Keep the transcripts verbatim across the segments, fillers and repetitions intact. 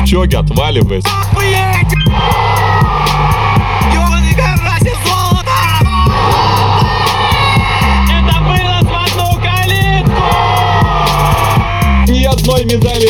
Кипчоги, отваливайся. Это вынос в одну калитку! Ни одной медали.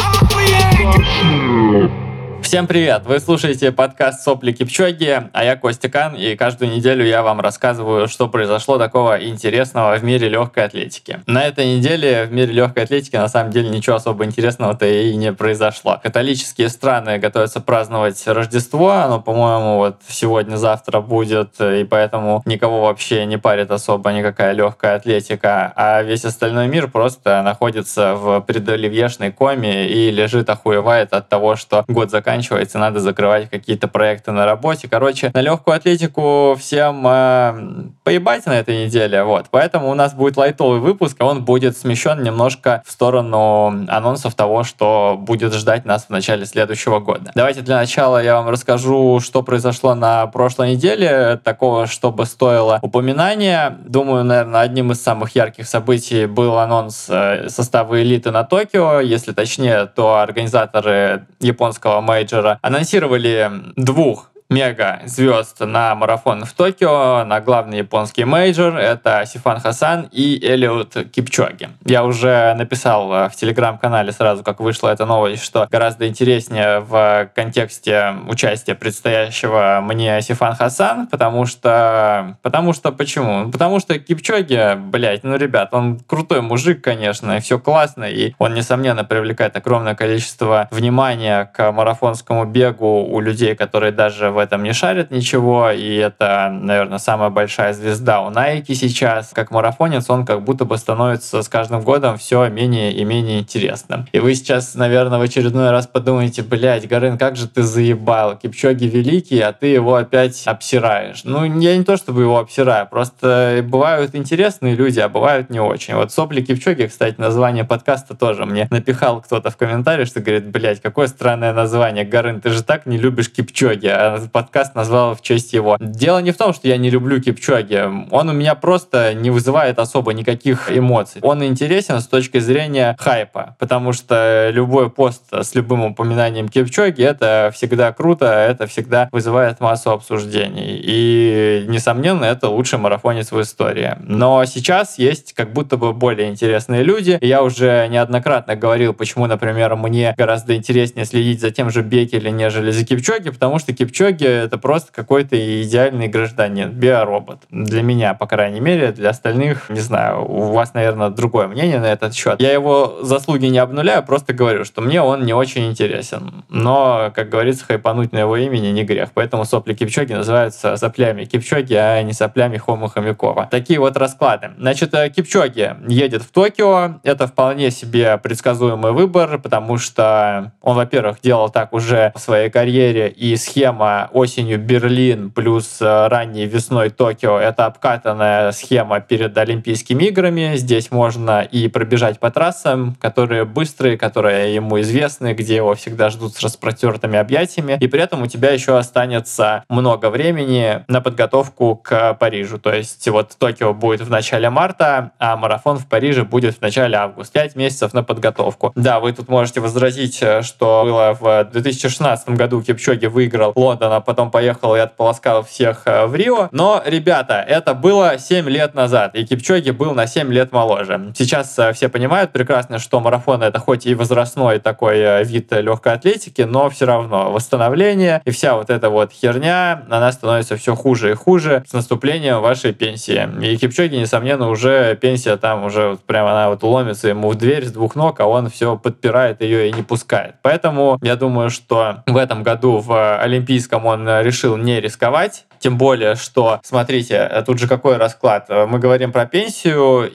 Всем привет! Вы слушаете подкаст «Сопли Кипчоги», а я Костя Кан, и каждую неделю я вам рассказываю, что произошло такого интересного в мире легкой атлетики. На этой неделе в мире легкой атлетики на самом деле ничего особо интересного-то и не произошло. Католические страны готовятся праздновать Рождество, оно, по-моему, вот сегодня-завтра будет, и поэтому никого вообще не парит особо никакая легкая атлетика, а весь остальной мир просто находится в предоливьешной коме и лежит, охуевает от того, что год заканчивается, надо закрывать какие-то проекты на работе. Короче, на легкую атлетику всем э, поебать на этой неделе, вот. Поэтому у нас будет лайтовый выпуск, а он будет смещен немножко в сторону анонсов того, что будет ждать нас в начале следующего года. Давайте для начала я вам расскажу, что произошло на прошлой неделе, такого, чтобы стоило упоминания. Думаю, наверное, одним из самых ярких событий был анонс э, состава элиты на Токио. Если точнее, то организаторы японского мейджора анонсировали двух мега-звезд на марафон в Токио, на главный японский мейджор. Это Сифан Хасан и Элиот Кипчоги. Я уже написал в телеграм-канале сразу, как вышла эта новость, что гораздо интереснее в контексте участия предстоящего мне Сифан Хасан, потому что... Потому что почему? Потому что Кипчоги, блять, ну, ребят, он крутой мужик, конечно, и все классно, и он, несомненно, привлекает огромное количество внимания к марафонскому бегу у людей, которые даже в этом не шарит ничего, и это, наверное, самая большая звезда у Nike сейчас. Как марафонец он как будто бы становится с каждым годом все менее и менее интересным. И вы сейчас, наверное, в очередной раз подумаете: блядь, Горын, как же ты заебал, Кипчоги великий, а ты его опять обсираешь. Ну, я не то чтобы его обсираю, просто бывают интересные люди, а бывают не очень. Вот «Сопли Кипчоги», кстати, название подкаста тоже мне напихал кто-то в комментариях, что говорит: блядь, какое странное название, Горын, ты же так не любишь Кипчоги, а подкаст назвал в честь его. Дело не в том, что я не люблю Кипчоги. Он у меня просто не вызывает особо никаких эмоций. Он интересен с точки зрения хайпа, потому что любой пост с любым упоминанием Кипчоги — это всегда круто, это всегда вызывает массу обсуждений. И, несомненно, это лучший марафонец в истории. Но сейчас есть как будто бы более интересные люди. Я уже неоднократно говорил, почему, например, мне гораздо интереснее следить за тем же Беккеле, нежели за Кипчоги, потому что Кипчоги — это просто какой-то идеальный гражданин, биоробот. Для меня, по крайней мере, для остальных, не знаю, у вас, наверное, другое мнение на этот счет. Я его заслуги не обнуляю, просто говорю, что мне он не очень интересен. Но, как говорится, хайпануть на его имени не грех. Поэтому «Сопли Кипчоги» называются соплями Кипчоги, а не соплями Хома Хомякова. Такие вот расклады. Значит, Кипчоги едет в Токио. Это вполне себе предсказуемый выбор, потому что он, во-первых, делал так уже в своей карьере, и схема осенью Берлин плюс ранней весной Токио — это обкатанная схема перед Олимпийскими играми. Здесь можно и пробежать по трассам, которые быстрые, которые ему известны, где его всегда ждут с распростертыми объятиями. И при этом у тебя еще останется много времени на подготовку к Парижу. То есть вот Токио будет в начале марта, а марафон в Париже будет в начале августа. Пять месяцев на подготовку. Да, вы тут можете возразить, что было в две тысячи шестнадцатом году. Кипчоги выиграл Лондон, а потом поехал и отполоскал всех в Рио. Но, ребята, это было семь лет назад, и Кипчоги был на семь лет моложе. Сейчас все понимают прекрасно, что марафон — это хоть и возрастной такой вид легкой атлетики, но все равно восстановление и вся вот эта вот херня, она становится все хуже и хуже с наступлением вашей пенсии. И Кипчоги, несомненно, уже пенсия там уже вот прямо она вот ломится ему в дверь с двух ног, а он все подпирает ее и не пускает. Поэтому я думаю, что в этом году в Олимпийском он решил не рисковать. Тем более, что, смотрите, тут же какой расклад. Мы говорим про пенсию,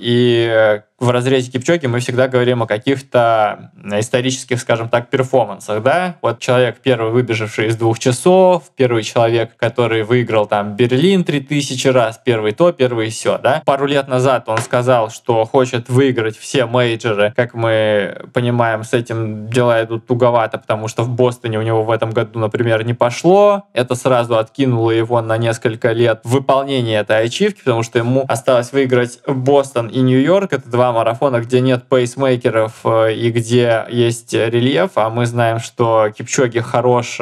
и в разрезе Кипчоги мы всегда говорим о каких-то исторических, скажем так, перформансах, да? Вот человек, первый выбежавший из двух часов, первый человек, который выиграл там Берлин три тысячи раз, первый то, первый сё, да? Пару лет назад он сказал, что хочет выиграть все мейджоры. Как мы понимаем, с этим дела идут туговато, потому что в Бостоне у него в этом году, например, не пошло. Это сразу откинуло его на несколько лет выполнения этой ачивки, потому что ему осталось выиграть Бостон и Нью-Йорк. Это два на марафонах, где нет пейсмейкеров и где есть рельеф, а мы знаем, что Кипчоги хорош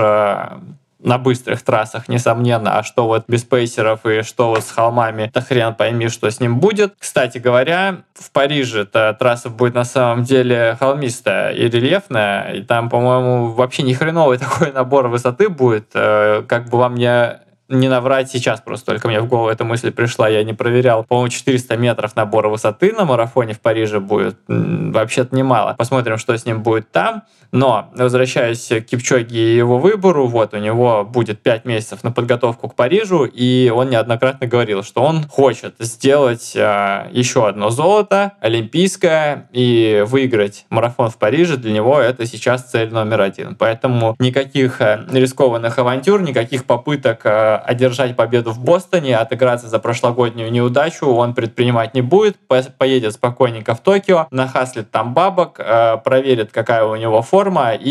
на быстрых трассах, несомненно, а что вот без пейсеров и что вот с холмами, то хрен пойми, что с ним будет. Кстати говоря, в Париже-то трасса будет на самом деле холмистая и рельефная, и там, по-моему, вообще ни хреновый такой набор высоты будет, как бы вам не... не наврать сейчас, просто только мне в голову эта мысль пришла, я не проверял. По-моему, четыреста метров набора высоты на марафоне в Париже будет. Вообще-то немало. Посмотрим, что с ним будет там. Но, возвращаясь к Кипчоге и его выбору, вот у него будет пять месяцев на подготовку к Парижу, и он неоднократно говорил, что он хочет сделать э, еще одно золото, олимпийское, и выиграть марафон в Париже. Для него это сейчас цель номер один. Поэтому никаких э, рискованных авантюр, никаких попыток э, одержать победу в Бостоне, отыграться за прошлогоднюю неудачу он предпринимать не будет, по- поедет спокойненько в Токио, нахаслит там бабок, э, проверит, какая у него форма,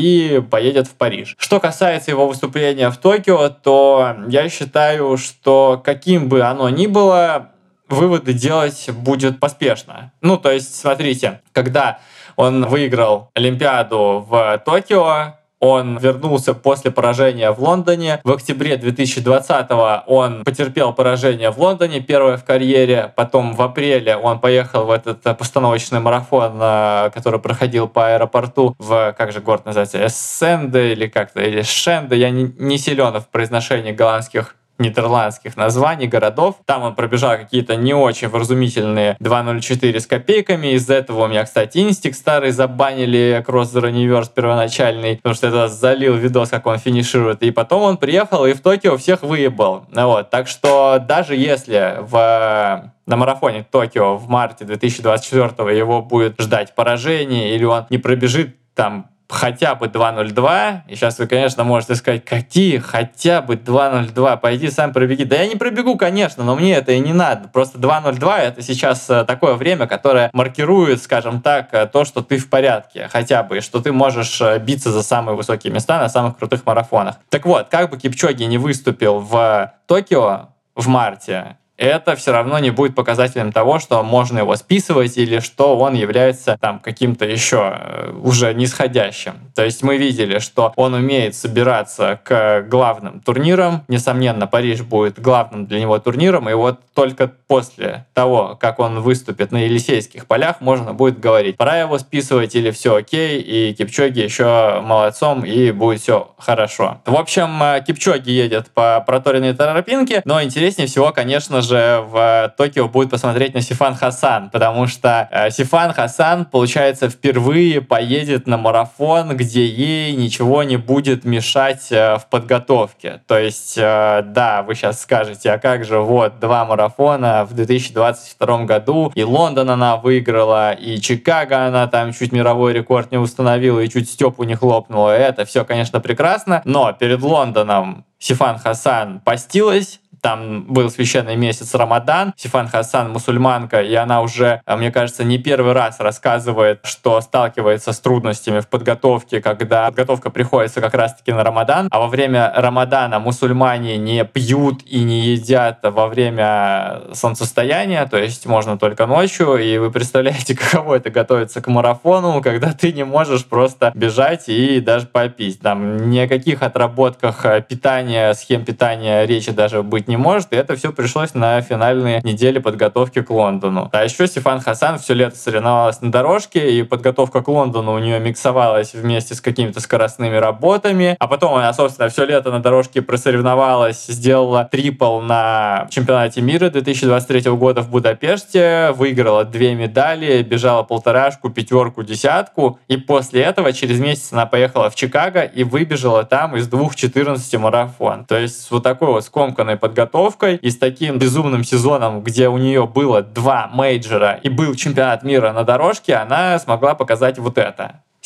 и поедет в Париж. Что касается его выступления в Токио, то я считаю, что каким бы оно ни было, выводы делать будет поспешно. Ну, то есть, смотрите, когда он выиграл Олимпиаду в Токио, он вернулся после поражения в Лондоне. В октябре две тысячи двадцатого он потерпел поражение в Лондоне, первое в карьере. Потом в апреле он поехал в этот постановочный марафон, который проходил по аэропорту в, как же город называется, Эссенде или как-то, или Шенде. Я не, не силен в произношении голландских нидерландских названий городов. Там он пробежал какие-то не очень вразумительные два ноль четыре с копейками. Из-за этого у меня, кстати, инстик старый забанили, Cross the Universe первоначальный, потому что это залил видос, как он финиширует. И потом он приехал и в Токио всех выебал. Вот. Так что даже если в на марафоне Токио в марте две тысячи двадцать четвёртого его будет ждать поражение, или он не пробежит там хотя бы два ноль два, и сейчас вы, конечно, можете сказать, какие хотя бы два ноль два, пойди сам пробеги. Да я не пробегу, конечно, но мне это и не надо. Просто два ноль два это сейчас такое время, которое маркирует, скажем так, то, что ты в порядке хотя бы, и что ты можешь биться за самые высокие места на самых крутых марафонах. Так вот, как бы Кипчоги не выступил в Токио в марте, это все равно не будет показателем того, что можно его списывать или что он является там каким-то еще уже нисходящим. То есть мы видели, что он умеет собираться к главным турнирам. Несомненно, Париж будет главным для него турниром, и вот только после того, как он выступит на Елисейских полях, можно будет говорить, пора его списывать или все окей, и Кипчоги еще молодцом, и будет все хорошо. В общем, Кипчоги едет по проторенной тропинке, но интереснее всего, конечно же, в Токио будет посмотреть на Сифан Хасан, потому что э, Сифан Хасан, получается, впервые поедет на марафон, где ей ничего не будет мешать э, в подготовке. То есть, э, да, вы сейчас скажете, а как же, вот, два марафона в две тысячи двадцать втором году, и Лондон она выиграла, и Чикаго она там чуть мировой рекорд не установила, и чуть степу не хлопнула. Это все, конечно, прекрасно, но перед Лондоном Сифан Хасан постилась. Там был священный месяц Рамадан. Сифан Хасан мусульманка, и она уже, мне кажется, не первый раз рассказывает, что сталкивается с трудностями в подготовке, когда подготовка приходится как раз-таки на Рамадан, а во время Рамадана мусульмане не пьют и не едят во время солнцестояния, то есть можно только ночью, и вы представляете, каково это готовиться к марафону, когда ты не можешь просто бежать и даже попить. Там ни о каких отработках питания, схем питания речи даже быть не может, и это все пришлось на финальные недели подготовки к Лондону. А еще Сифан Хасан все лето соревновалась на дорожке, и подготовка к Лондону у нее миксовалась вместе с какими-то скоростными работами, а потом она, собственно, все лето на дорожке просоревновалась, сделала трипл на чемпионате мира две тысячи двадцать третьего года в Будапеште, выиграла две медали, бежала полторашку, пятерку, десятку, и после этого через месяц она поехала в Чикаго и выбежала там из двух четырнадцати марафон. То есть с вот такой вот скомканной подготовкой и с таким безумным сезоном, где у нее было два мейджора и был чемпионат мира на дорожке, она смогла показать вот это.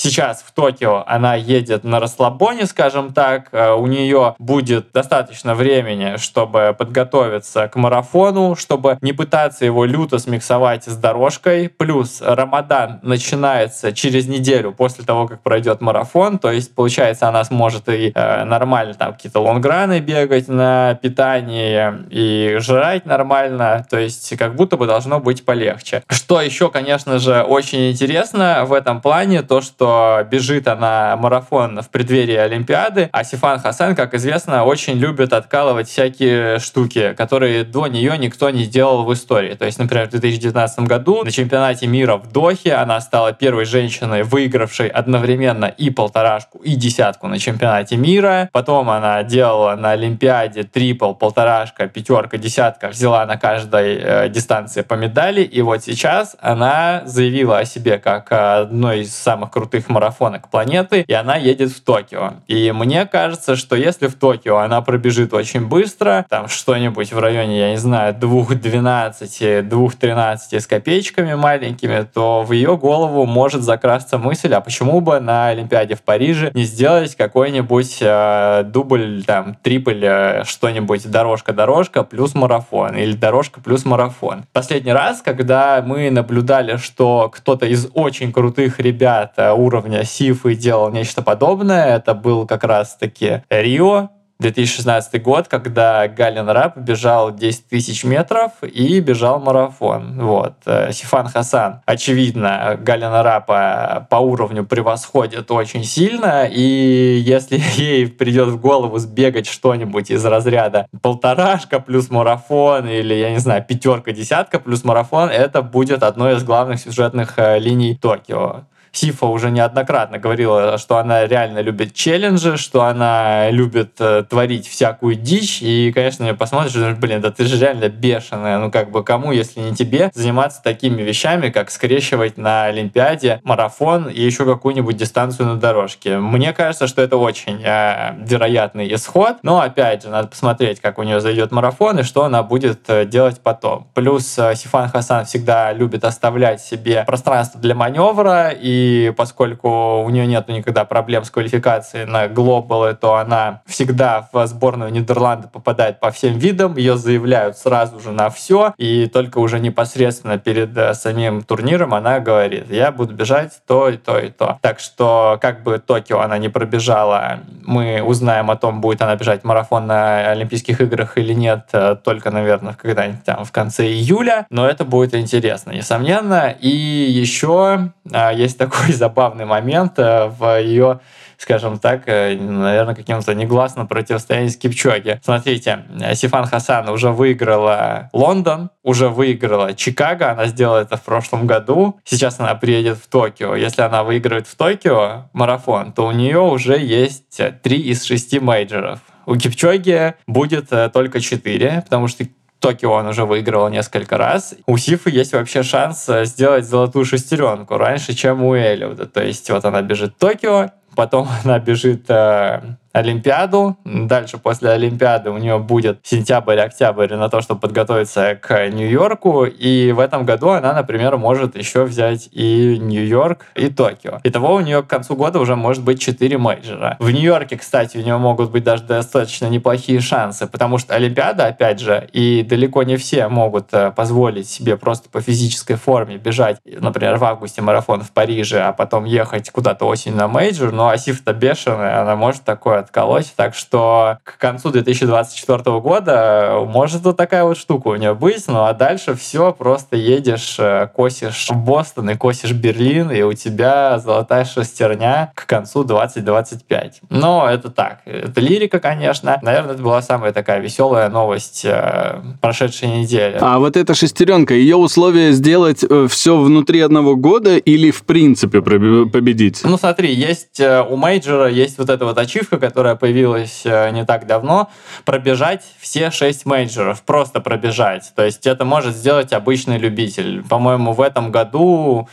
сейчас в Токио она едет на расслабоне, скажем так. У нее будет достаточно времени, чтобы подготовиться к марафону, чтобы не пытаться его люто смиксовать с дорожкой. Плюс Рамадан начинается через неделю после того, как пройдет марафон. То есть, получается, она сможет и э, нормально там какие-то лонграны бегать на питании и жрать нормально. То есть, как будто бы должно быть полегче. Что еще, конечно же, очень интересно в этом плане, то, что бежит она марафон в преддверии Олимпиады, а Сифан Хасан, как известно, очень любит откалывать всякие штуки, которые до нее никто не делал в истории. То есть, например, в две тысячи девятнадцатом году на чемпионате мира в Дохе она стала первой женщиной, выигравшей одновременно и полторашку, и десятку на чемпионате мира. Потом она делала на Олимпиаде трипл, полторашка, пятерка, десятка, взяла на каждой э, дистанции по медали. И вот сейчас она заявила о себе как одной из самых крутых марафонок планеты, и она едет в Токио. И мне кажется, что если в Токио она пробежит очень быстро, там что-нибудь в районе, я не знаю, два двенадцать, два тринадцать с копеечками маленькими, то в ее голову может закрасться мысль, а почему бы на Олимпиаде в Париже не сделать какой-нибудь э, дубль, там, трипль, э, что-нибудь дорожка-дорожка плюс марафон, или дорожка плюс марафон. Последний раз, когда мы наблюдали, что кто-то из очень крутых ребят э, уровня Сифы делал нечто подобное, это был как раз-таки Рио, две тысячи шестнадцатый год, когда Гален Рап бежал десять тысяч метров и бежал марафон. Вот. Сифан Хасан, очевидно, Галена Рапа по уровню превосходит очень сильно, и если ей придет в голову сбегать что-нибудь из разряда полторашка плюс марафон, или, я не знаю, пятерка-десятка плюс марафон, это будет одной из главных сюжетных линий Токио. Сифа уже неоднократно говорила, что она реально любит челленджи, что она любит э, творить всякую дичь. И, конечно, мне посмотришь и думаешь, блин, да ты же реально бешеная. Ну, как бы, кому, если не тебе, заниматься такими вещами, как скрещивать на Олимпиаде марафон и еще какую-нибудь дистанцию на дорожке. Мне кажется, что это очень э, вероятный исход. Но, опять же, надо посмотреть, как у нее зайдет марафон и что она будет э, делать потом. Плюс э, Сифан Хасан всегда любит оставлять себе пространство для маневра, и И поскольку у нее нет никогда проблем с квалификацией на глобалы, то она всегда в сборную Нидерланды попадает по всем видам, ее заявляют сразу же на все, и только уже непосредственно перед самим турниром она говорит: я буду бежать то и то и то. Так что, как бы Токио она не пробежала, мы узнаем о том, будет она бежать марафон на Олимпийских играх или нет, только, наверное, когда-нибудь там в конце июля, но это будет интересно, несомненно. И еще есть такой такой забавный момент в ее, скажем так, наверное, каким-то негласным противостоянии с Кипчоги. Смотрите, Сифан Хасан уже выиграла Лондон, уже выиграла Чикаго, она сделала это в прошлом году, сейчас она приедет в Токио. Если она выиграет в Токио марафон, то у нее уже есть три из шести мейджоров. У Кипчоги будет только четыре, потому что Токио он уже выиграл несколько раз. У Сифы есть вообще шанс сделать золотую шестеренку раньше, чем у Эллиота. То есть вот она бежит в Токио, потом она бежит э, Олимпиаду. Дальше после Олимпиады у нее будет сентябрь-октябрь на то, чтобы подготовиться к Нью-Йорку. И в этом году она, например, может еще взять и Нью-Йорк, и Токио. Итого у нее к концу года уже может быть четыре мейджора. В Нью-Йорке, кстати, у нее могут быть даже достаточно неплохие шансы, потому что Олимпиада, опять же, и далеко не все могут позволить себе просто по физической форме бежать, например, в августе марафон в Париже, а потом ехать куда-то осенью на мейджор. Но Асиф-то бешеная, она может такое отколоть. Так что к концу две тысячи двадцать четвёртого года может вот такая вот штука у нее быть. Ну а дальше все, просто едешь, косишь Бостон и косишь Берлин, и у тебя золотая шестерня к концу двадцать двадцать пять. Но это так. Это лирика, конечно. Наверное, это была самая такая веселая новость э, прошедшей недели. А вот эта шестеренка, ее условие сделать все внутри одного года или в принципе победить? Ну смотри, есть у мейджора есть вот эта вот ачивка, которая появилась не так давно, пробежать все шесть мейджоров, просто пробежать. То есть это может сделать обычный любитель. По-моему, в этом году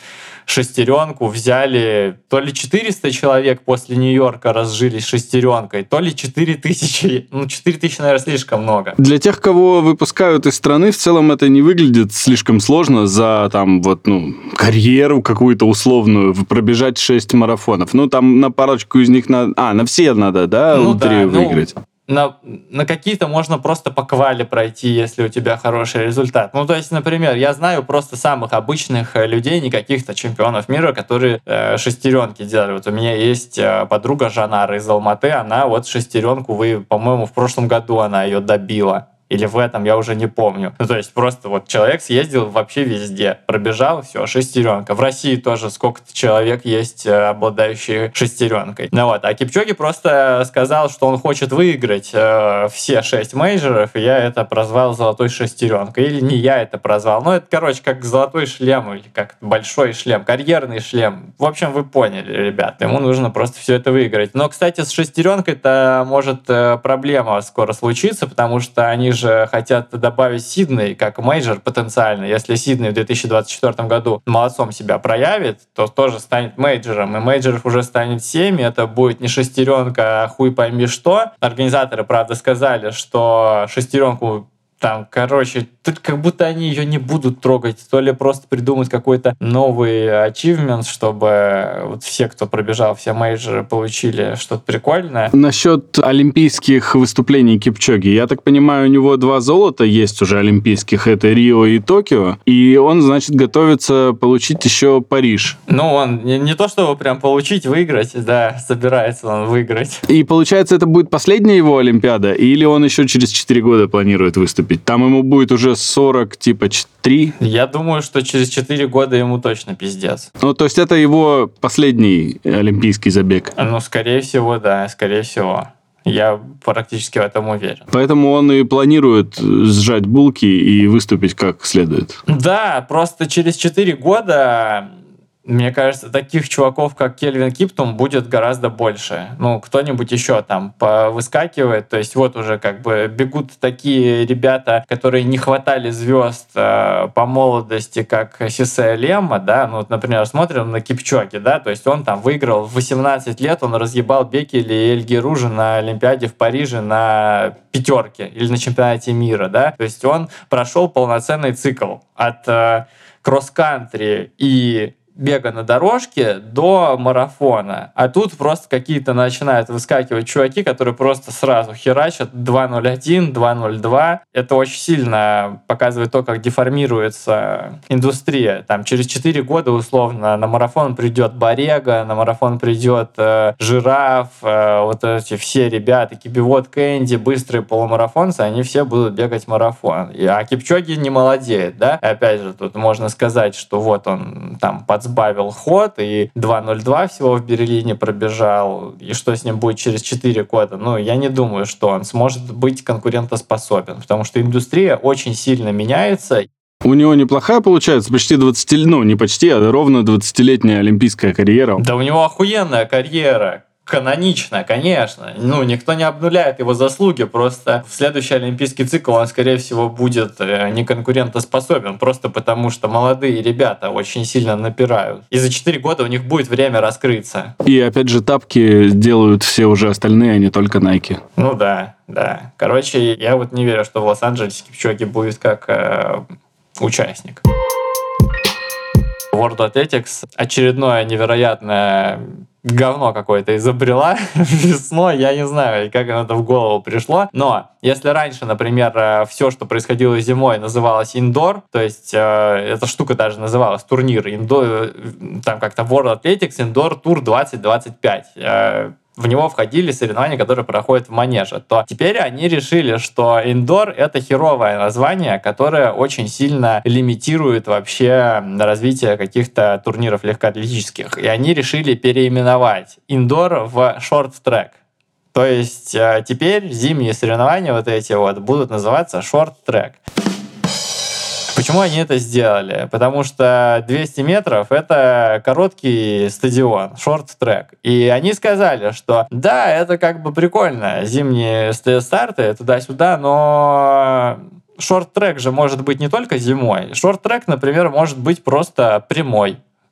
шестеренку взяли, то ли четыреста человек после Нью-Йорка разжились шестеренкой, то ли четыре тысячи. Ну, четыре тысячи, наверное, слишком много. Для тех, кого выпускают из страны, в целом это не выглядит слишком сложно за там вот, ну, карьеру какую-то условную пробежать шесть марафонов. Ну, там на парочку из них надо... А, на все надо, да, Ну лотерею да, ну, выиграть? На, на какие-то можно просто по квале пройти, если у тебя хороший результат. Ну, то есть, например, я знаю просто самых обычных э, людей, не каких-то чемпионов мира, которые э, шестеренки делали. Вот у меня есть э, подруга Жанара из Алматы, она вот шестеренку, вы, по-моему, в прошлом году она ее добила. Или в этом, я уже не помню. Ну, то есть просто вот человек съездил вообще везде, пробежал, все, шестеренка. В России тоже сколько-то человек есть, обладающие шестеренкой. Ну вот, а Кипчоги просто сказал, что он хочет выиграть э, все шесть мейджоров, и я это прозвал золотой шестеренкой. Или не я это прозвал. Ну, это, короче, как золотой шлем, или как большой шлем, карьерный шлем. В общем, вы поняли, ребят. Ему нужно просто все это выиграть. Но, кстати, с шестеренкой-то может э, проблема скоро случиться, потому что они же же хотят добавить Сидней как мейджор потенциально. Если Сидней в две тысячи двадцать четвёртом году молодцом себя проявит, то тоже станет мейджором. И мейджоров уже станет семь, это будет не шестеренка, а хуй пойми что. Организаторы, правда, сказали, что шестеренку там, короче, тут как будто они ее не будут трогать, то ли просто придумать какой-то новый achievement, чтобы вот все, кто пробежал все мейджоры, получили что-то прикольное. Насчет олимпийских выступлений Кипчоги. Я так понимаю, у него два золота есть уже олимпийских, это Рио и Токио, и он, значит, готовится получить еще Париж. Ну, он не, не то, чтобы прям получить, выиграть, да, собирается он выиграть. И получается, это будет последняя его Олимпиада, или он еще через четыре года планирует выступить? Там ему будет уже сорок, типа, три. Я думаю, что через четыре года ему точно пиздец. Ну, то есть это его последний олимпийский забег? Ну, скорее всего, да, скорее всего. Я практически в этом уверен. Поэтому он и планирует сжать булки и выступить как следует. Да, просто через четыре года... Мне кажется, таких чуваков, как Кельвин Киптум, будет гораздо больше. Ну, кто-нибудь еще там повыскакивает. То есть вот уже как бы бегут такие ребята, которые не хватали звезд э, по молодости, как Сиссе Лемма, да. Ну, вот, например, смотрим на Кипчоги, да, то есть он там выиграл в восемнадцать лет, он разъебал Беккеля и Эль Геружи на Олимпиаде в Париже на пятерке или на чемпионате мира, да. То есть он прошел полноценный цикл от э, кросс-кантри и бега на дорожке до марафона. А тут просто какие-то начинают выскакивать чуваки, которые просто сразу херачат два ноль один, два ноль два. Это очень сильно показывает то, как деформируется индустрия. Там через четыре года условно на марафон придет Барега, на марафон придет э, Жираф, э, вот эти все ребята, Кипивод, Кэнди, быстрые полумарафонцы, они все будут бегать марафон. И, а Кипчоги не молодеет, да? И опять же, тут можно сказать, что вот он там под сбавил ход и два ноль два всего в Берлине пробежал, и что с ним будет через четыре года, ну, я не думаю, что он сможет быть конкурентоспособен, потому что индустрия очень сильно меняется. У него неплохая получается, почти двадцать, ну, не почти, а ровно двадцатилетняя олимпийская карьера. Да у него охуенная карьера. Канонично, конечно. Ну, никто не обнуляет его заслуги, просто в следующий олимпийский цикл он, скорее всего, будет неконкурентоспособен, просто потому что молодые ребята очень сильно напирают. И за четыре года у них будет время раскрыться. И, опять же, тапки делают все уже остальные, а не только Nike. Ну да, да. Короче, я вот не верю, что в Лос-Анджелесе Кипчоги будет как э, участник. World Athletics очередное невероятное говно какое-то изобрела весной, я не знаю, как оно это в голову пришло, но если раньше, например, все, что происходило зимой, называлось индор, то есть э, эта штука даже называлась турнир, индор, там как-то World Athletics Indoor Tour двадцать двадцать пять, э, в него входили соревнования, которые проходят в манеже, то теперь они решили, что индор — это херовое название, которое очень сильно лимитирует вообще развитие каких-то турниров легкоатлетических. И они решили переименовать индор в шорт-трек. То есть теперь зимние соревнования вот эти вот будут называться шорт-трек. Почему они это сделали? Потому что двести метров — это короткий стадион, шорт-трек. И они сказали, что да, это как бы прикольно, зимние старты туда-сюда, но шорт-трек же может быть не только зимой. Шорт-трек, например, может быть просто прямой.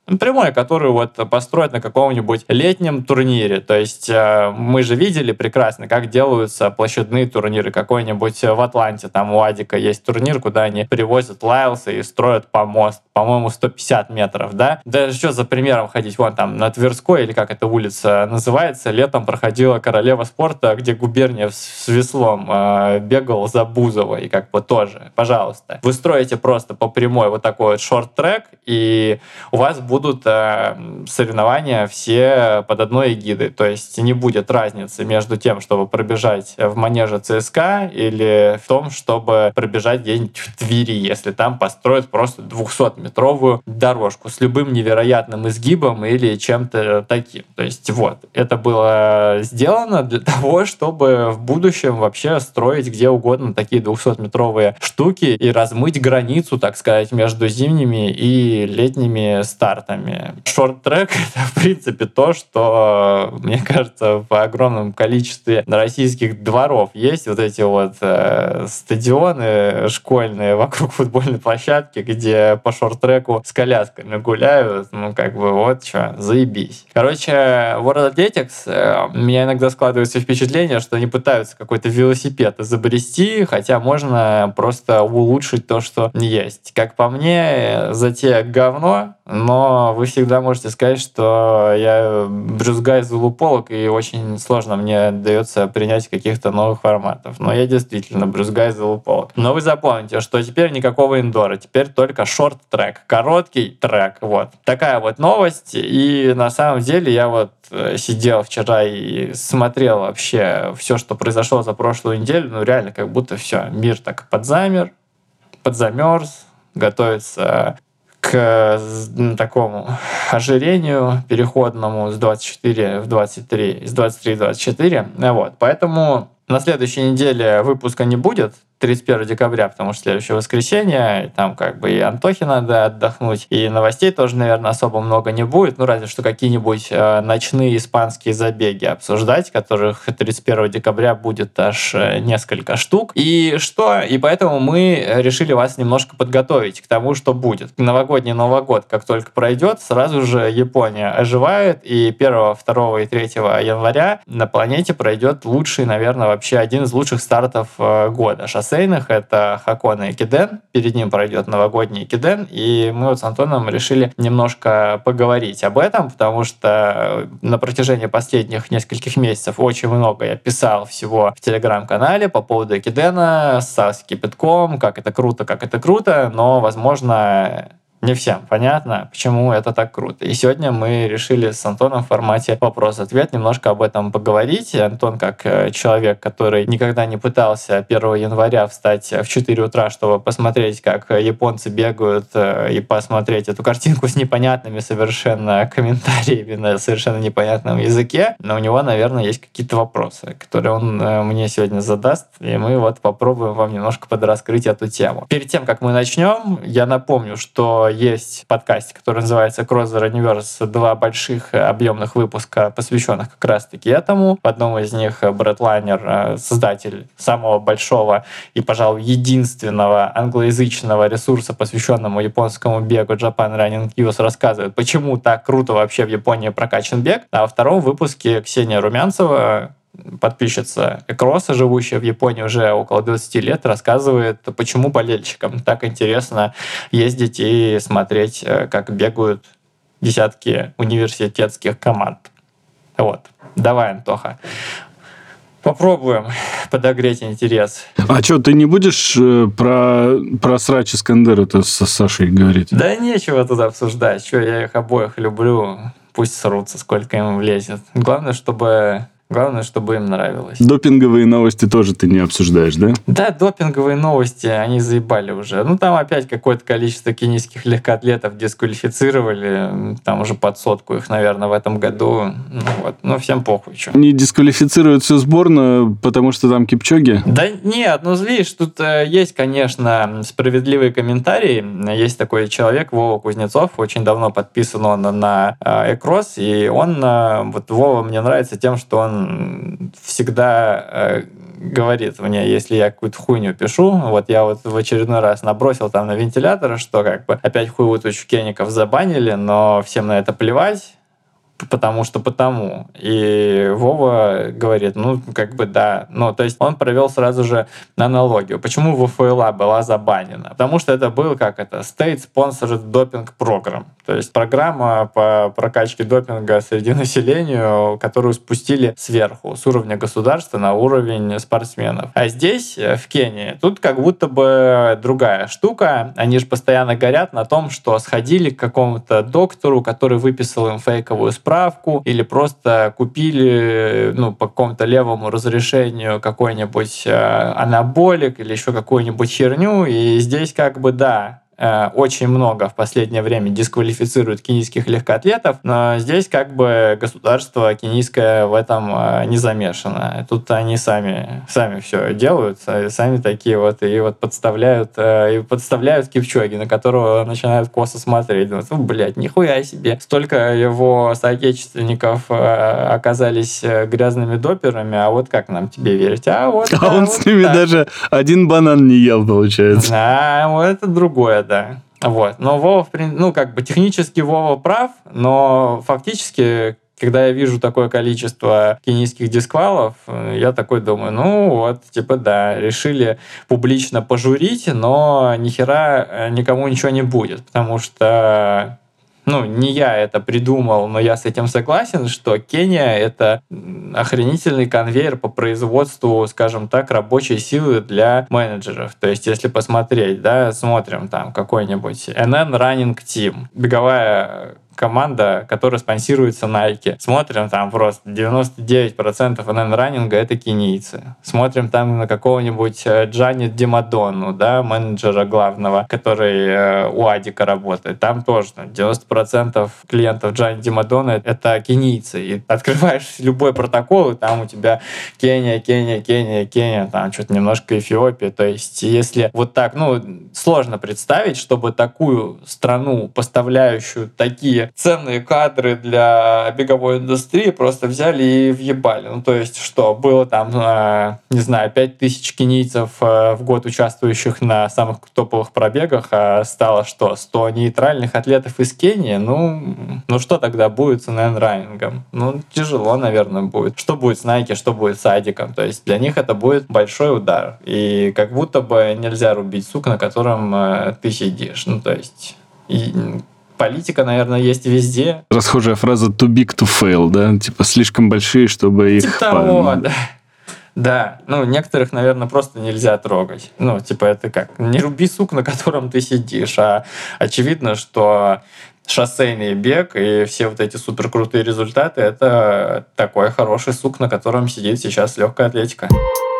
Прямой, который вот построят на каком-нибудь летнем турнире. То есть э, мы же видели прекрасно, как делаются площадные турниры. Какой-нибудь в Атланте, там у Адика есть турнир, куда они привозят Лайлса и строят помост. По-моему, сто пятьдесят метров, да? Да что за примером ходить? Вон там на Тверской, или как эта улица называется, летом проходила королева спорта, где Губерниев с веслом э, бегал за Бузова. И как бы тоже, пожалуйста. Вы строите просто по прямой вот такой вот шорт-трек, и у вас будет будут э, соревнования все под одной эгидой. То есть не будет разницы между тем, чтобы пробежать в манеже ЦСКА или в том, чтобы пробежать где-нибудь в Твери, если там построят просто двухсотметровую дорожку с любым невероятным изгибом или чем-то таким. То есть вот, это было сделано для того, чтобы в будущем вообще строить где угодно такие двухсотметровые штуки и размыть границу, так сказать, между зимними и летними стартами. Шорт-трек — это, в принципе, то, что, мне кажется, в огромном количестве российских дворов есть вот эти вот э, стадионы школьные вокруг футбольной площадки, где по шорт-треку с колясками гуляют. Ну, как бы, вот что, заебись. Короче, World Athletics, э, у меня иногда складывается впечатление, что они пытаются какой-то велосипед изобрести, хотя можно просто улучшить то, что есть. Как по мне, затея говно, но вы всегда можете сказать, что я брюзгай залуполок, и очень сложно мне дается принять каких-то новых форматов. Но я действительно брюзгай залуполок. Но вы запомните, что теперь никакого индора, теперь только шорт-трек, короткий трек. Вот. Такая вот новость. И на самом деле я вот сидел вчера и смотрел вообще все, что произошло за прошлую неделю. Ну реально, как будто все, мир так подзамер, подзамерз, готовится к такому ожирению переходному с двадцать четыре в двадцать три, с двадцать три в двадцать четыре. Вот. Поэтому на следующей неделе выпуска не будет, тридцать первого декабря, потому что следующее воскресенье, и там как бы и Антохе надо отдохнуть, и новостей тоже, наверное, особо много не будет, ну разве что какие-нибудь э, ночные испанские забеги обсуждать, которых тридцать первого декабря будет аж несколько штук. И что? И поэтому мы решили вас немножко подготовить к тому, что будет. Новогодний Новый год, как только пройдет, сразу же Япония оживает, и первого, второго и третьего января на планете пройдет лучший, наверное, вообще один из лучших стартов э, года. Шоссейных — это Хакона Экиден. Перед ним пройдет новогодний Экиден. И мы вот с Антоном решили немножко поговорить об этом, потому что на протяжении последних нескольких месяцев очень много я писал всего в Телеграм-канале по поводу Экидена с кипятком, как это круто, как это круто, но, возможно, не всем понятно, почему это так круто. И сегодня мы решили с Антоном в формате вопрос-ответ немножко об этом поговорить. Антон, как человек, который никогда не пытался первого января встать в четыре утра, чтобы посмотреть, как японцы бегают, и посмотреть эту картинку с непонятными совершенно комментариями на совершенно непонятном языке, но у него, наверное, есть какие-то вопросы, которые он мне сегодня задаст, и мы вот попробуем вам немножко подраскрыть эту тему. Перед тем, как мы начнем, я напомню, что есть подкаст, который называется Cross the Universe, два больших объемных выпуска, посвященных как раз-таки этому. В одном из них Брэд Лайнер, создатель самого большого и, пожалуй, единственного англоязычного ресурса, посвященному японскому бегу Japan Running News, рассказывает, почему так круто вообще в Японии прокачан бег. А во втором выпуске Ксения Румянцева, подписчица Экроса, живущая в Японии уже около двадцать лет, рассказывает, почему болельщикам так интересно ездить и смотреть, как бегают десятки университетских команд. Вот. Давай, Антоха, попробуем подогреть интерес. А что, ты не будешь э, про, про срач Искандера-то с Сашей говорить? Да нечего тут обсуждать. Что, я их обоих люблю. Пусть срутся, сколько им влезет. Главное, чтобы... Главное, чтобы им нравилось. Допинговые новости тоже ты не обсуждаешь, да? Да, допинговые новости, они заебали уже. Ну, там опять какое-то количество кенийских легкоатлетов дисквалифицировали. Там уже под сотку их, наверное, в этом году. Ну, вот. Ну, всем похуй, что. Не дисквалифицируют всю сборную, потому что там Кипчоги? Да нет, ну, видишь, тут э, есть, конечно, справедливые комментарии. Есть такой человек, Вова Кузнецов, очень давно подписан он на э, Экрос, и он, э, вот Вова мне нравится тем, что он он всегда э, говорит мне, если я какую-то хуйню пишу, вот я вот в очередной раз набросил там на вентилятор, что как бы опять хуевую тучу кеников забанили, но всем на это плевать, потому что потому. И Вова говорит, ну, как бы да. Ну, то есть он провел сразу же аналогию. Почему ВФЛА была забанена? Потому что это был, как это, State Sponsored Doping Program. То есть программа по прокачке допинга среди населения, которую спустили сверху, с уровня государства на уровень спортсменов. А здесь, в Кении, тут как будто бы другая штука. Они же постоянно горят на том, что сходили к какому-то доктору, который выписал им фейковую справку, или просто купили, ну, по какому-то левому разрешению какой-нибудь э, анаболик или еще какую-нибудь херню. И здесь как бы да, очень много в последнее время дисквалифицируют кенийских легкоатлетов, но здесь как бы государство кенийское в этом не замешано. Тут они сами, сами все делают, сами такие вот, и вот подставляют, и подставляют Кипчоги, на которого начинают косо смотреть. Думают, ну, блядь, нихуя себе. Столько его соотечественников оказались грязными доперами, а вот как нам тебе верить? А, вот, а да, он вот с ними так. даже один банан не ел, получается. Да, вот это другое, да. Вот. Но Вова, ну, как бы технически Вова прав, но фактически, когда я вижу такое количество кенийских дисквалов, я такой думаю, ну вот, типа да, решили публично пожурить, но нихера никому ничего не будет, потому что... Ну, не я это придумал, но я с этим согласен, что Кения — это охренительный конвейер по производству, скажем так, рабочей силы для менеджеров. То есть, если посмотреть, да, смотрим там какой-нибудь эн эн Running Team, беговая команда, которая спонсируется Nike. Смотрим, там просто девяносто девять процентов эн эн раннинга — это кенийцы. Смотрим там на какого-нибудь Джани Димадону, да, менеджера главного, который у Адика работает. Там тоже там, девяносто процентов клиентов Джани Димадона — это кенийцы. И открываешь любой протокол, и там у тебя Кения, Кения, Кения, Кения, там что-то немножко Эфиопия. То есть, если вот так, ну, сложно представить, чтобы такую страну, поставляющую такие ценные кадры для беговой индустрии, просто взяли и въебали. Ну, то есть, что было там, э, не знаю, пять тысяч кенийцев э, в год, участвующих на самых топовых пробегах, а стало что? сто нейтральных атлетов из Кении? Ну, ну что тогда будет с эн эн-раннингом? Ну, тяжело, наверное, будет. Что будет с Nike, что будет с Адиком? То есть, для них это будет большой удар. И как будто бы нельзя рубить сук, на котором э, ты сидишь. Ну, то есть... И, политика, наверное, есть везде. Расхожая фраза too big to fail, да? Типа слишком большие, чтобы их... Типа того, да. Да, ну, некоторых, наверное, просто нельзя трогать. Ну, типа, это как? Не руби сук, на котором ты сидишь. А очевидно, что шоссейный бег и все вот эти суперкрутые результаты — это такой хороший сук, на котором сидит сейчас легкая атлетика.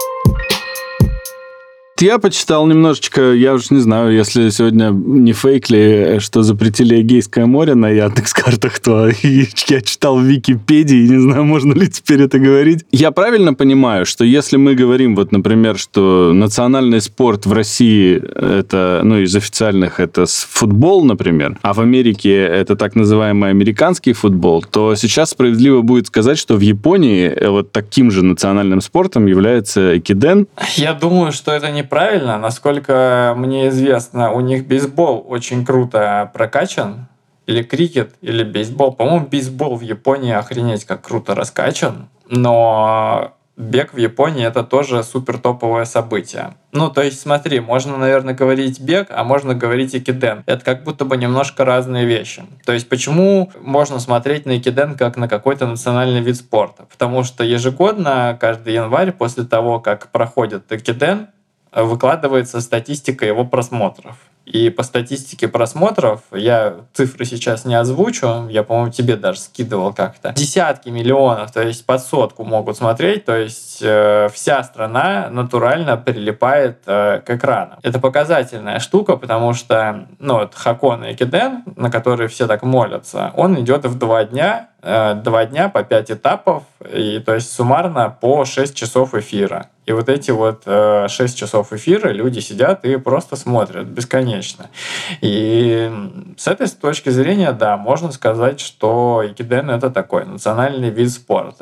Я почитал немножечко, я уж не знаю, если сегодня не фейк ли, что запретили Эгейское море на Яндекс.Картах, то я читал в Википедии, не знаю, можно ли теперь это говорить. Я правильно понимаю, что если мы говорим, вот, например, что национальный спорт в России, это, ну, из официальных, это футбол, например, а в Америке это так называемый американский футбол, то сейчас справедливо будет сказать, что в Японии вот таким же национальным спортом является экиден. Я думаю, что это не правильно. Насколько мне известно, у них бейсбол очень круто прокачан. Или крикет, или бейсбол. По-моему, бейсбол в Японии охренеть как круто раскачан. Но бег в Японии — это тоже супер топовое событие. Ну, то есть, смотри, можно, наверное, говорить бег, а можно говорить экиден. Это как будто бы немножко разные вещи. То есть, почему можно смотреть на экиден как на какой-то национальный вид спорта? Потому что ежегодно, каждый январь, после того, как проходит экиден, выкладывается статистика его просмотров. И по статистике просмотров, я цифры сейчас не озвучу, я, по-моему, тебе даже скидывал как-то, десятки миллионов, то есть под сотку могут смотреть, то есть э, вся страна натурально прилипает э, к экрану. Это показательная штука, потому что, ну, вот Хакон и Экиден, на которые все так молятся, он идет в два дня, э, два дня по пять этапов, и то есть суммарно по шесть часов эфира. И вот эти вот э, шесть часов эфира люди сидят и просто смотрят бесконечно. И с этой точки зрения, да, можно сказать, что экиден — это такой национальный вид спорта.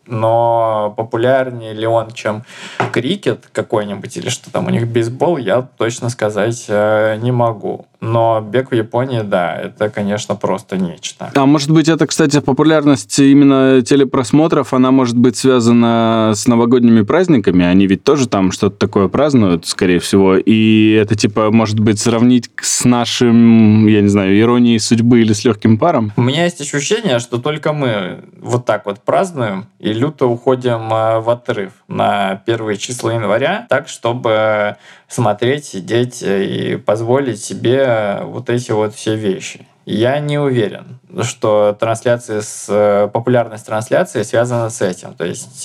но популярнее ли он, чем крикет какой-нибудь или что там у них бейсбол, я точно сказать э, не могу. Но бег в Японии, да, это, конечно, просто нечто. А может быть, это, кстати, популярность именно телепросмотров, она может быть связана с новогодними праздниками? Они ведь тоже там что-то такое празднуют, скорее всего. И это, типа, может быть, сравнить с нашим, я не знаю, иронией судьбы или с легким паром? У меня есть ощущение, что только мы вот так вот празднуем и люто уходим в отрыв на первые числа января, так, чтобы смотреть, сидеть и позволить себе вот эти вот все вещи. Я не уверен, что трансляции с, популярность трансляции связана с этим. То есть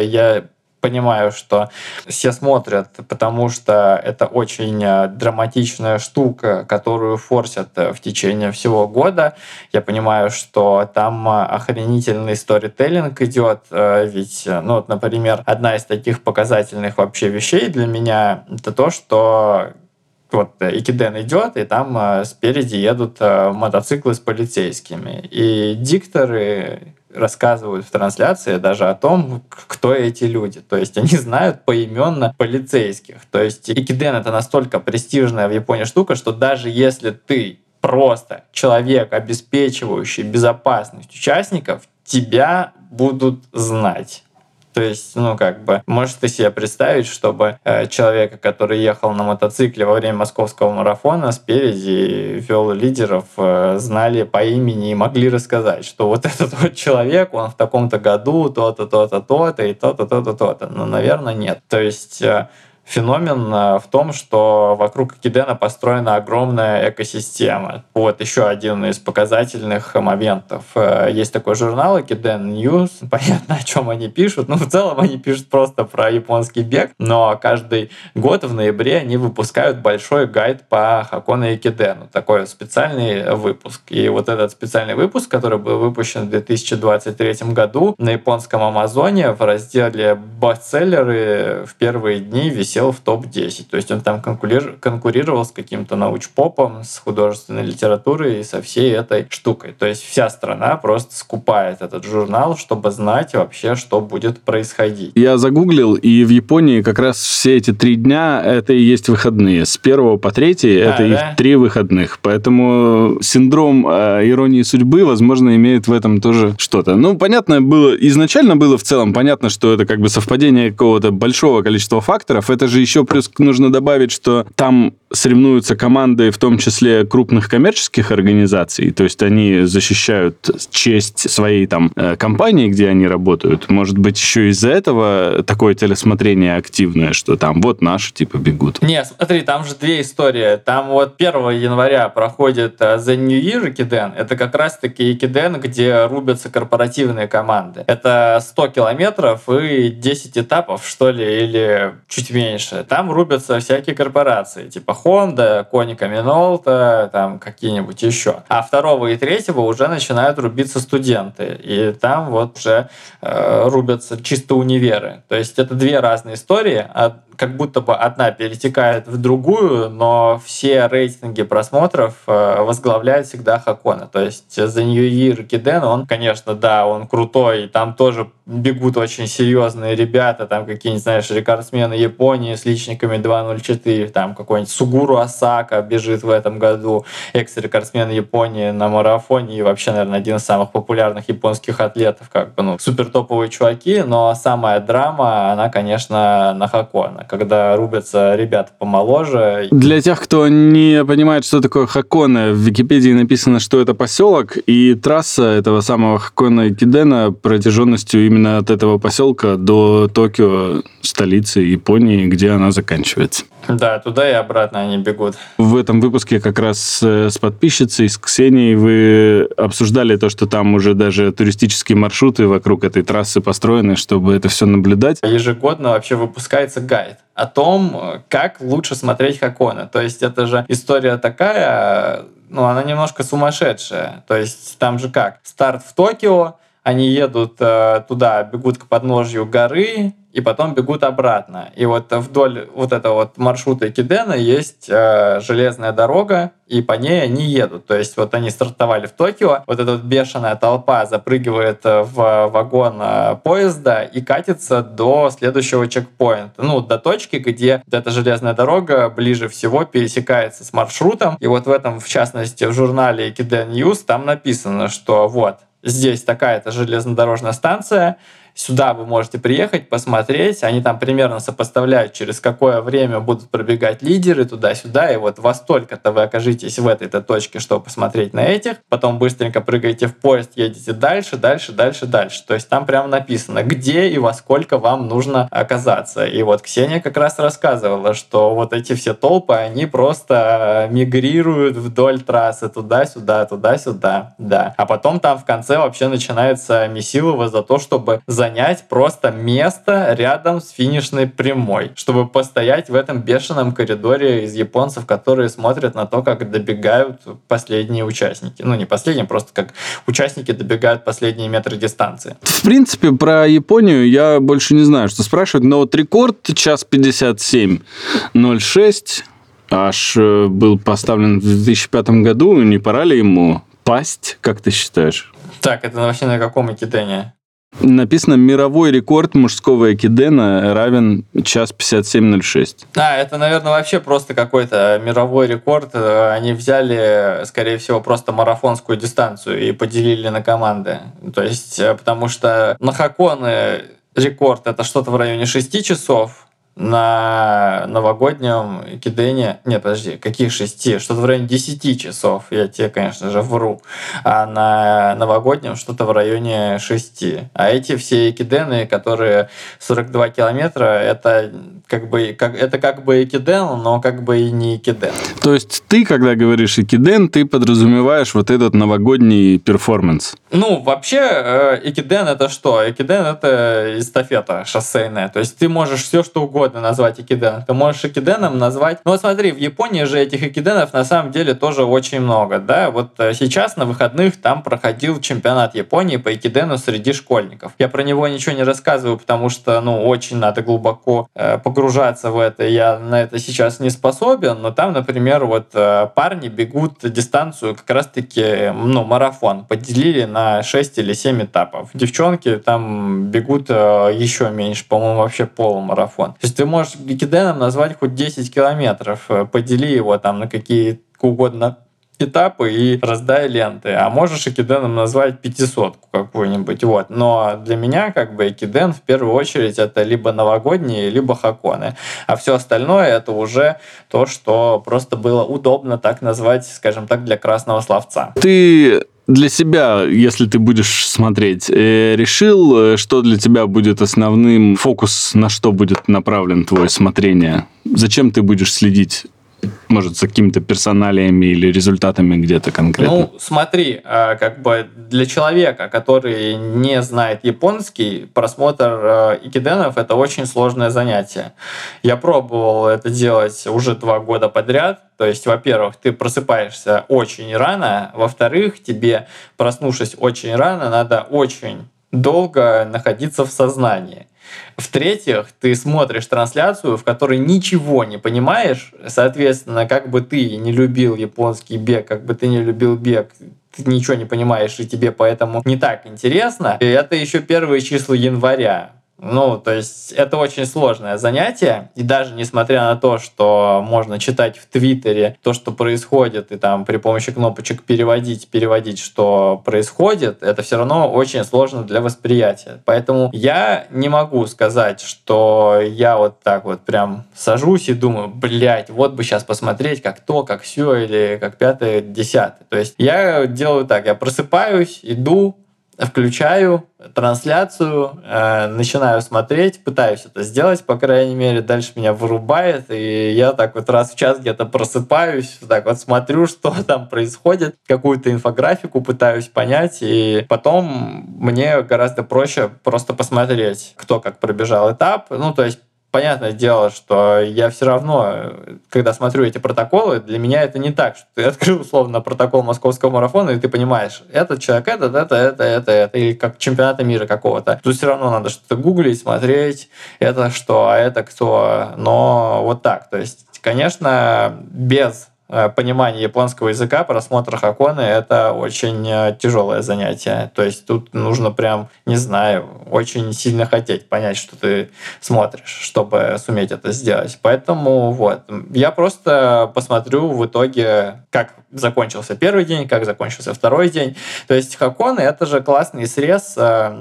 я понимаю, что все смотрят, потому что это очень драматичная штука, которую форсят в течение всего года. Я понимаю, что там охренительный сторителлинг идет, ведь, ну, вот, например, одна из таких показательных вообще вещей для меня — это то, что вот Икиден идет, и там спереди едут мотоциклы с полицейскими. И дикторы рассказывают в трансляции даже о том, кто эти люди. То есть они знают поименно полицейских. То есть Икиден — это настолько престижная в Японии штука, что даже если ты просто человек, обеспечивающий безопасность участников, тебя будут знать. То есть, ну, как бы, можешь ты себе представить, чтобы э, человека, который ехал на мотоцикле во время московского марафона, спереди вел лидеров, э, знали по имени и могли рассказать, что вот этот вот человек, он в таком-то году то-то, то-то, то-то и то-то, то-то, то-то. Ну, наверное, нет. То есть э, феномен в том, что вокруг Икидена построена огромная экосистема. Вот еще один из показательных моментов. Есть такой журнал Ikeden News. Понятно, о чем они пишут. Ну, в целом они пишут просто про японский бег. Но каждый год в ноябре они выпускают большой гайд по Хаконе Икидену. Такой специальный выпуск. И вот этот специальный выпуск, который был выпущен в две тысячи двадцать третьем году на японском Амазоне в разделе «Бестселлеры» в первые дни висел в топ десять. То есть он там конкурировал с каким-то научпопом, с художественной литературой и со всей этой штукой. То есть вся страна просто скупает этот журнал, чтобы знать вообще, что будет происходить. Я загуглил, и в Японии как раз все эти три дня это и есть выходные. С первого по третий а, это да? их три выходных. Поэтому синдром э, иронии судьбы, возможно, имеет в этом тоже что-то. Ну, понятно было, изначально было в целом понятно, что это как бы совпадение какого-то большого количества факторов. Это же еще плюс нужно добавить, что там соревнуются команды, в том числе крупных коммерческих организаций, то есть они защищают честь своей там компании, где они работают. Может быть, еще из-за этого такое телесмотрение активное, что там вот наши типа бегут. Не, смотри, там же две истории. Там вот первого января проходит The New Year Икиден. Это как раз-таки Икиден, где рубятся корпоративные команды. Это сто километров и десять этапов, что ли, или чуть меньше. Там рубятся всякие корпорации, типа Honda, Konica Minolta, там какие-нибудь еще. А второго и третьего уже начинают рубиться студенты. И там вот уже э, рубятся чисто универы. То есть это две разные истории. Как будто бы одна перетекает в другую, но все рейтинги просмотров возглавляет всегда Хакона. То есть The New Year Икиден, он, конечно, да, он крутой, там тоже бегут очень серьезные ребята, там какие-нибудь, знаешь, рекордсмены Японии с личниками два ноль четыре, там какой-нибудь Сугуру Осака бежит в этом году, экс-рекордсмен Японии на марафоне и вообще, наверное, один из самых популярных японских атлетов, как бы, ну, супер топовые чуваки, но самая драма, она, конечно, на Хакона, когда рубятся ребята помоложе. Для тех, кто не понимает, что такое Хакона, в Википедии написано, что это поселок, и трасса этого самого Хакона Икидена протяженностью именно от этого поселка до Токио, столицы Японии, где она заканчивается. Да, туда и обратно они бегут. В этом выпуске как раз с подписчицей, с Ксенией, вы обсуждали то, что там уже даже туристические маршруты вокруг этой трассы построены, чтобы это все наблюдать. Ежегодно вообще выпускается гайд о том, как лучше смотреть Хакона. То есть это же история такая, ну, она немножко сумасшедшая. То есть там же как? Старт в Токио, они едут э, туда, бегут к подножью горы, и потом бегут обратно. И вот вдоль вот этого вот маршрута Экидена есть э, железная дорога, и по ней они едут. То есть вот они стартовали в Токио, вот эта вот бешеная толпа запрыгивает в вагон э, поезда и катится до следующего чекпоинта. Ну, до точки, где вот эта железная дорога ближе всего пересекается с маршрутом. И вот в этом, в частности, в журнале Экиден Ньюс там написано, что вот здесь такая-то железнодорожная станция, сюда вы можете приехать, посмотреть. Они там примерно сопоставляют, через какое время будут пробегать лидеры туда-сюда. И вот во столько-то вы окажетесь в этой-то точке, чтобы посмотреть на этих. Потом быстренько прыгаете в поезд, едете дальше, дальше, дальше, дальше. То есть там прямо написано, где и во сколько вам нужно оказаться. И вот Ксения как раз рассказывала, что вот эти все толпы, они просто мигрируют вдоль трассы туда-сюда, туда-сюда. Да. А потом там в конце вообще начинается месилово за то, чтобы занять просто место рядом с финишной прямой, чтобы постоять в этом бешеном коридоре из японцев, которые смотрят на то, как добегают последние участники. Ну, не последние, просто как участники добегают последние метры дистанции. В принципе, про Японию я больше не знаю, что спрашивать, но вот рекорд час пятьдесят семь ноль шесть аж был поставлен в две тысячи пятом году, не пора ли ему пасть, как ты считаешь? Так, это вообще на каком экидене? Написано, мировой рекорд мужского экидена равен час пятьдесят семь ноль шесть. А, это, наверное, вообще просто какой-то мировой рекорд. Они взяли, скорее всего, просто марафонскую дистанцию и поделили на команды. То есть, потому что на Хаконе рекорд это что-то в районе шести часов, на новогоднем экидене... Нет, подожди, каких шести? Что-то в районе десяти часов. Я тебе, конечно же, вру. А на новогоднем что-то в районе шести. А эти все экидены, которые сорок два километра, это как бы, как, это как бы экиден, но как бы и не экиден. То есть ты, когда говоришь экиден, ты подразумеваешь вот этот новогодний перформанс? Ну, вообще, экиден это что? Экиден это эстафета шоссейная. То есть ты можешь все что угодно назвать экиден. Ты можешь экиденом назвать... Ну вот смотри, в Японии же этих экиденов на самом деле тоже очень много. Да? Вот сейчас на выходных там проходил чемпионат Японии по экидену среди школьников. Я про него ничего не рассказываю, потому что ну, очень надо глубоко э, погружаться в это. Я на это сейчас не способен, но там, например, вот э, парни бегут дистанцию как раз-таки ну, марафон. Поделили на шесть или семь этапов. Девчонки там бегут э, еще меньше, по-моему, вообще полумарафон. То есть ты можешь экиденом назвать хоть десять километров, подели его там на какие угодно этапы и раздай ленты. А можешь экиденом назвать пятисотку какую-нибудь. Вот. Но для меня как бы экиден в первую очередь это либо новогодние, либо хаконы. А все остальное это уже то, что просто было удобно так назвать, скажем так, для красного словца. Ты... Для себя, если ты будешь смотреть, решил, что для тебя будет основным, фокус на что будет направлен твое смотрение? Зачем ты будешь следить? Может, за какими-то персоналиями или результатами где-то конкретно? Ну, смотри, как бы для человека, который не знает японский, просмотр экиденов – это очень сложное занятие. Я пробовал это делать уже два года подряд. То есть, во-первых, ты просыпаешься очень рано, во-вторых, тебе, проснувшись очень рано, надо очень долго находиться в сознании. В-третьих, ты смотришь трансляцию, в которой ничего не понимаешь, соответственно, как бы ты не любил японский бег, как бы ты не любил бег, ты ничего не понимаешь, и тебе поэтому не так интересно. И это еще первые числа января. Ну, то есть это очень сложное занятие, и даже несмотря на то, что можно читать в Твиттере то, что происходит, и там при помощи кнопочек переводить, переводить, что происходит, это все равно очень сложно для восприятия. Поэтому я не могу сказать, что я вот так вот прям сажусь и думаю, блядь, вот бы сейчас посмотреть, как то, как все, или как пятое, десятое. То есть я делаю так, я просыпаюсь, иду, включаю трансляцию, э, начинаю смотреть, пытаюсь это сделать, по крайней мере, дальше меня вырубает, и я так вот раз в час где-то просыпаюсь, так вот смотрю, что там происходит, какую-то инфографику пытаюсь понять, и потом мне гораздо проще просто посмотреть, кто как пробежал этап, ну, то есть понятное дело, что я все равно, когда смотрю эти протоколы, для меня это не так, что ты открыл условно протокол московского марафона, и ты понимаешь, этот человек, этот, это, это, это, это, или как чемпионата мира какого-то. Тут все равно надо что-то гуглить, смотреть, это что, а это кто. Но вот так. То есть, конечно, без понимание японского языка, просмотр Хаконы — это очень тяжелое занятие. То есть тут нужно прям, не знаю, очень сильно хотеть понять, что ты смотришь, чтобы суметь это сделать. Поэтому вот. Я просто посмотрю в итоге, как закончился первый день, как закончился второй день. То есть Хаконы — это же классный срез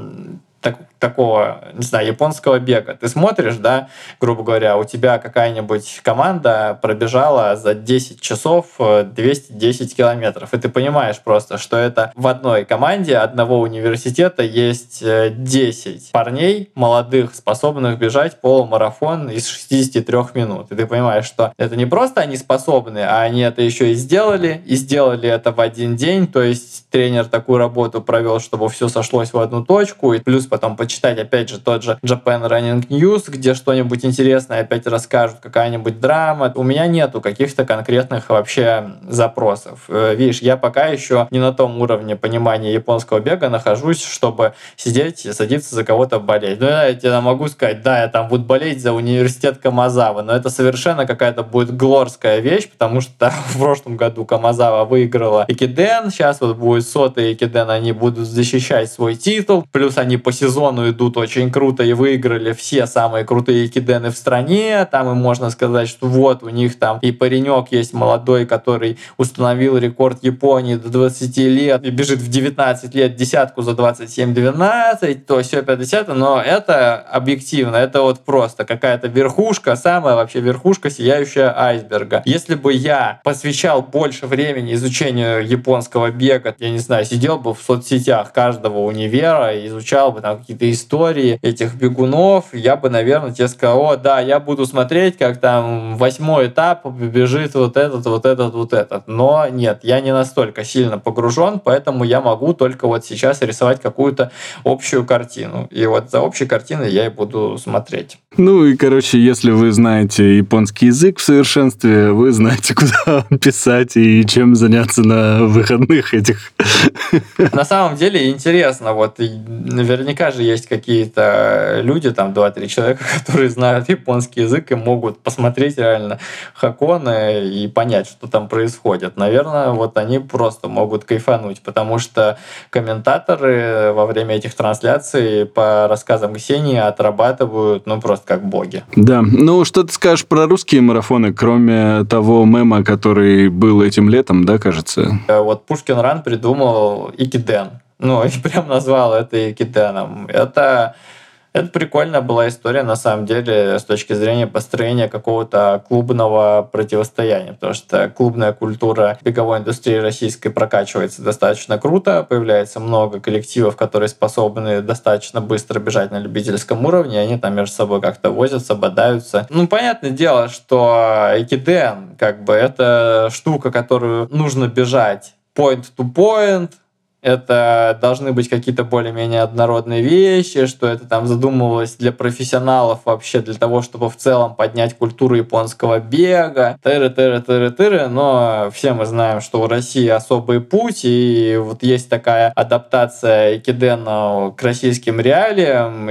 Так, такого, не знаю, японского бега. Ты смотришь, да, грубо говоря, у тебя какая-нибудь команда пробежала за десять часов двести десять километров, и ты понимаешь просто, что это в одной команде одного университета есть десять парней молодых, способных бежать полумарафон из шестидесяти трёх минут. И ты понимаешь, что это не просто они способны, а они это еще и сделали, и сделали это в один день, то есть тренер такую работу провел, чтобы все сошлось в одну точку, и плюс потом почитать, опять же, тот же Japan Running News, где что-нибудь интересное опять расскажут, какая-нибудь драма. У меня нету каких-то конкретных вообще запросов. Видишь, я пока еще не на том уровне понимания японского бега нахожусь, чтобы сидеть и садиться за кого-то болеть. Ну, я тебе могу сказать, да, я там буду болеть за университет Камазавы, но это совершенно какая-то будет глорская вещь, потому что в прошлом году Камазава выиграла Экиден, сейчас вот будет сотый Экиден, они будут защищать свой титул, плюс они по сезону идут очень круто и выиграли все самые крутые экидены в стране. Там им можно сказать, что вот у них там и паренек есть молодой, который установил рекорд Японии до двадцати лет и бежит в девятнадцать лет десятку за двадцать семь двенадцать, то все пятьдесят, но это объективно, это вот просто какая-то верхушка, самая вообще верхушка, сияющая айсберга. Если бы я посвящал больше времени изучению японского бега, я не знаю, сидел бы в соцсетях каждого универа и изучал бы там какие-то истории этих бегунов, я бы, наверное, тебе сказал, о, да, я буду смотреть, как там восьмой этап бежит вот этот, вот этот, вот этот. Но нет, я не настолько сильно погружен, поэтому я могу только вот сейчас рисовать какую-то общую картину. И вот за общей картиной я и буду смотреть. Ну и, короче, если вы знаете японский язык в совершенстве, вы знаете, куда писать и чем заняться на выходных этих. На самом деле интересно, вот наверняка же есть какие-то люди, там два-три человека, которые знают японский язык и могут посмотреть реально Хаконы и понять, что там происходит. Наверное, вот они просто могут кайфануть, потому что комментаторы во время этих трансляций по рассказам Ксении отрабатывают, ну, просто как боги. Да, ну, что ты скажешь про русские марафоны, кроме того мема, который был этим летом, да, кажется? Вот Пушкин Ран придумал Экиден. Ну, и прям назвал это Экиденом. Это, это прикольная была история, на самом деле, с точки зрения построения какого-то клубного противостояния, потому что клубная культура беговой индустрии российской прокачивается достаточно круто, появляется много коллективов, которые способны достаточно быстро бежать на любительском уровне, и они там между собой как-то возятся, бодаются. Ну, понятное дело, что Экиден, как бы, это штука, которую нужно бежать point to point, это должны быть какие-то более-менее однородные вещи, что это там задумывалось для профессионалов вообще, для того, чтобы в целом поднять культуру японского бега, тыры-тыры-тыры-тыры, но все мы знаем, что у России особый путь, и вот есть такая адаптация Экидена к российским реалиям,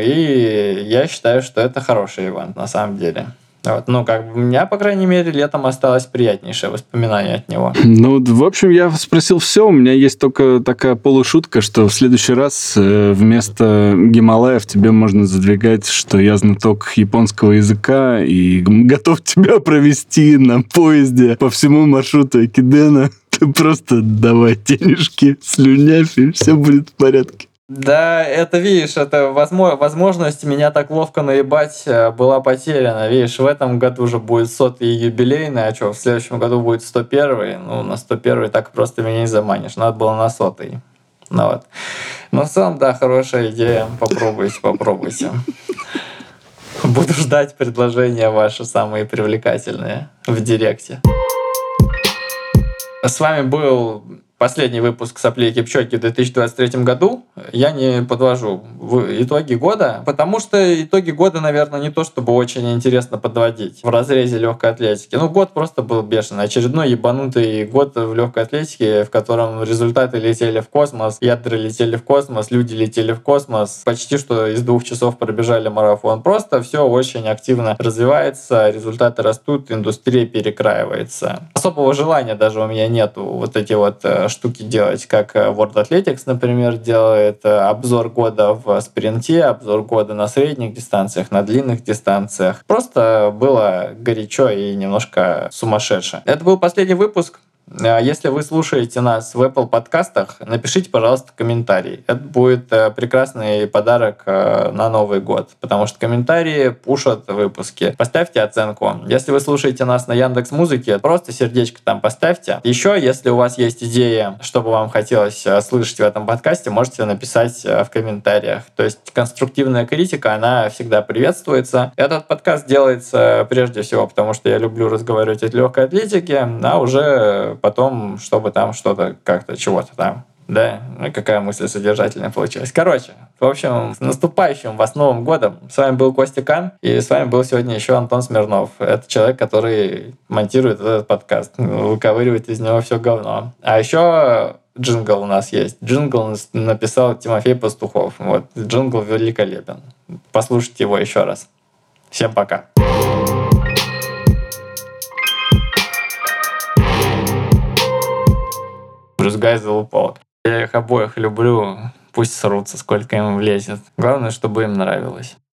и я считаю, что это хороший ивент на самом деле. Вот, ну, как бы у меня, по крайней мере, летом осталось приятнейшее воспоминание от него. Ну, в общем, я спросил все. У меня есть только такая полушутка, что в следующий раз вместо Гималаев тебе можно задвигать, что я знаток японского языка и готов тебя провести на поезде по всему маршруту Экидена. Ты просто давай денежки, слюнявь, и все будет в порядке. Да, это, видишь, это возможность меня так ловко наебать была потеряна. Видишь, в этом году уже будет сотый юбилейный, а что, в следующем году будет сто первый. Ну, на сто первый так просто меня не заманишь. Надо было на сотый. Ну вот. Но в целом, да, хорошая идея. Попробуйте, попробуйте. Буду ждать предложения ваши самые привлекательные в директе. С вами был последний выпуск «Соплей Кипчоги» в две тысячи двадцать третьем году я не подвожу в итоги года, потому что итоги года, наверное, не то чтобы очень интересно подводить в разрезе легкой атлетики. Ну, год просто был бешеный. Очередной ебанутый год в легкой атлетике, в котором результаты летели в космос, ядры летели в космос, люди летели в космос. Почти что из двух часов пробежали марафон. Просто все очень активно развивается, результаты растут, индустрия перекраивается. Особого желания даже у меня нету вот эти вот штуки делать, как World Athletics, например, делает обзор года в спринте, обзор года на средних дистанциях, на длинных дистанциях. Просто было горячо и немножко сумасшедше. Это был последний выпуск. Если вы слушаете нас в Apple подкастах, напишите, пожалуйста, комментарий. Это будет прекрасный подарок на Новый год, потому что комментарии пушат выпуски. Поставьте оценку. Если вы слушаете нас на Яндекс.Музыке, просто сердечко там поставьте. Еще, если у вас есть идея, что бы вам хотелось слышать в этом подкасте, можете написать в комментариях. То есть конструктивная критика, она всегда приветствуется. Этот подкаст делается прежде всего потому, что я люблю разговаривать о легкой атлетике, а уже потом, чтобы там что-то как-то, чего-то там. Да, ну какая мысль содержательная получилась. Короче, в общем, с наступающим вас Новым годом. С вами был Костя Кан, и с вами был сегодня еще Антон Смирнов. Это человек, который монтирует этот подкаст, выковыривает из него все говно. А еще джингл у нас есть. Джингл написал Тимофей Пастухов. Вот, джингл великолепен. Послушайте его еще раз. Всем пока. Брюзгай залупал. Я их обоих люблю. Пусть срутся, сколько им влезет. Главное, чтобы им нравилось.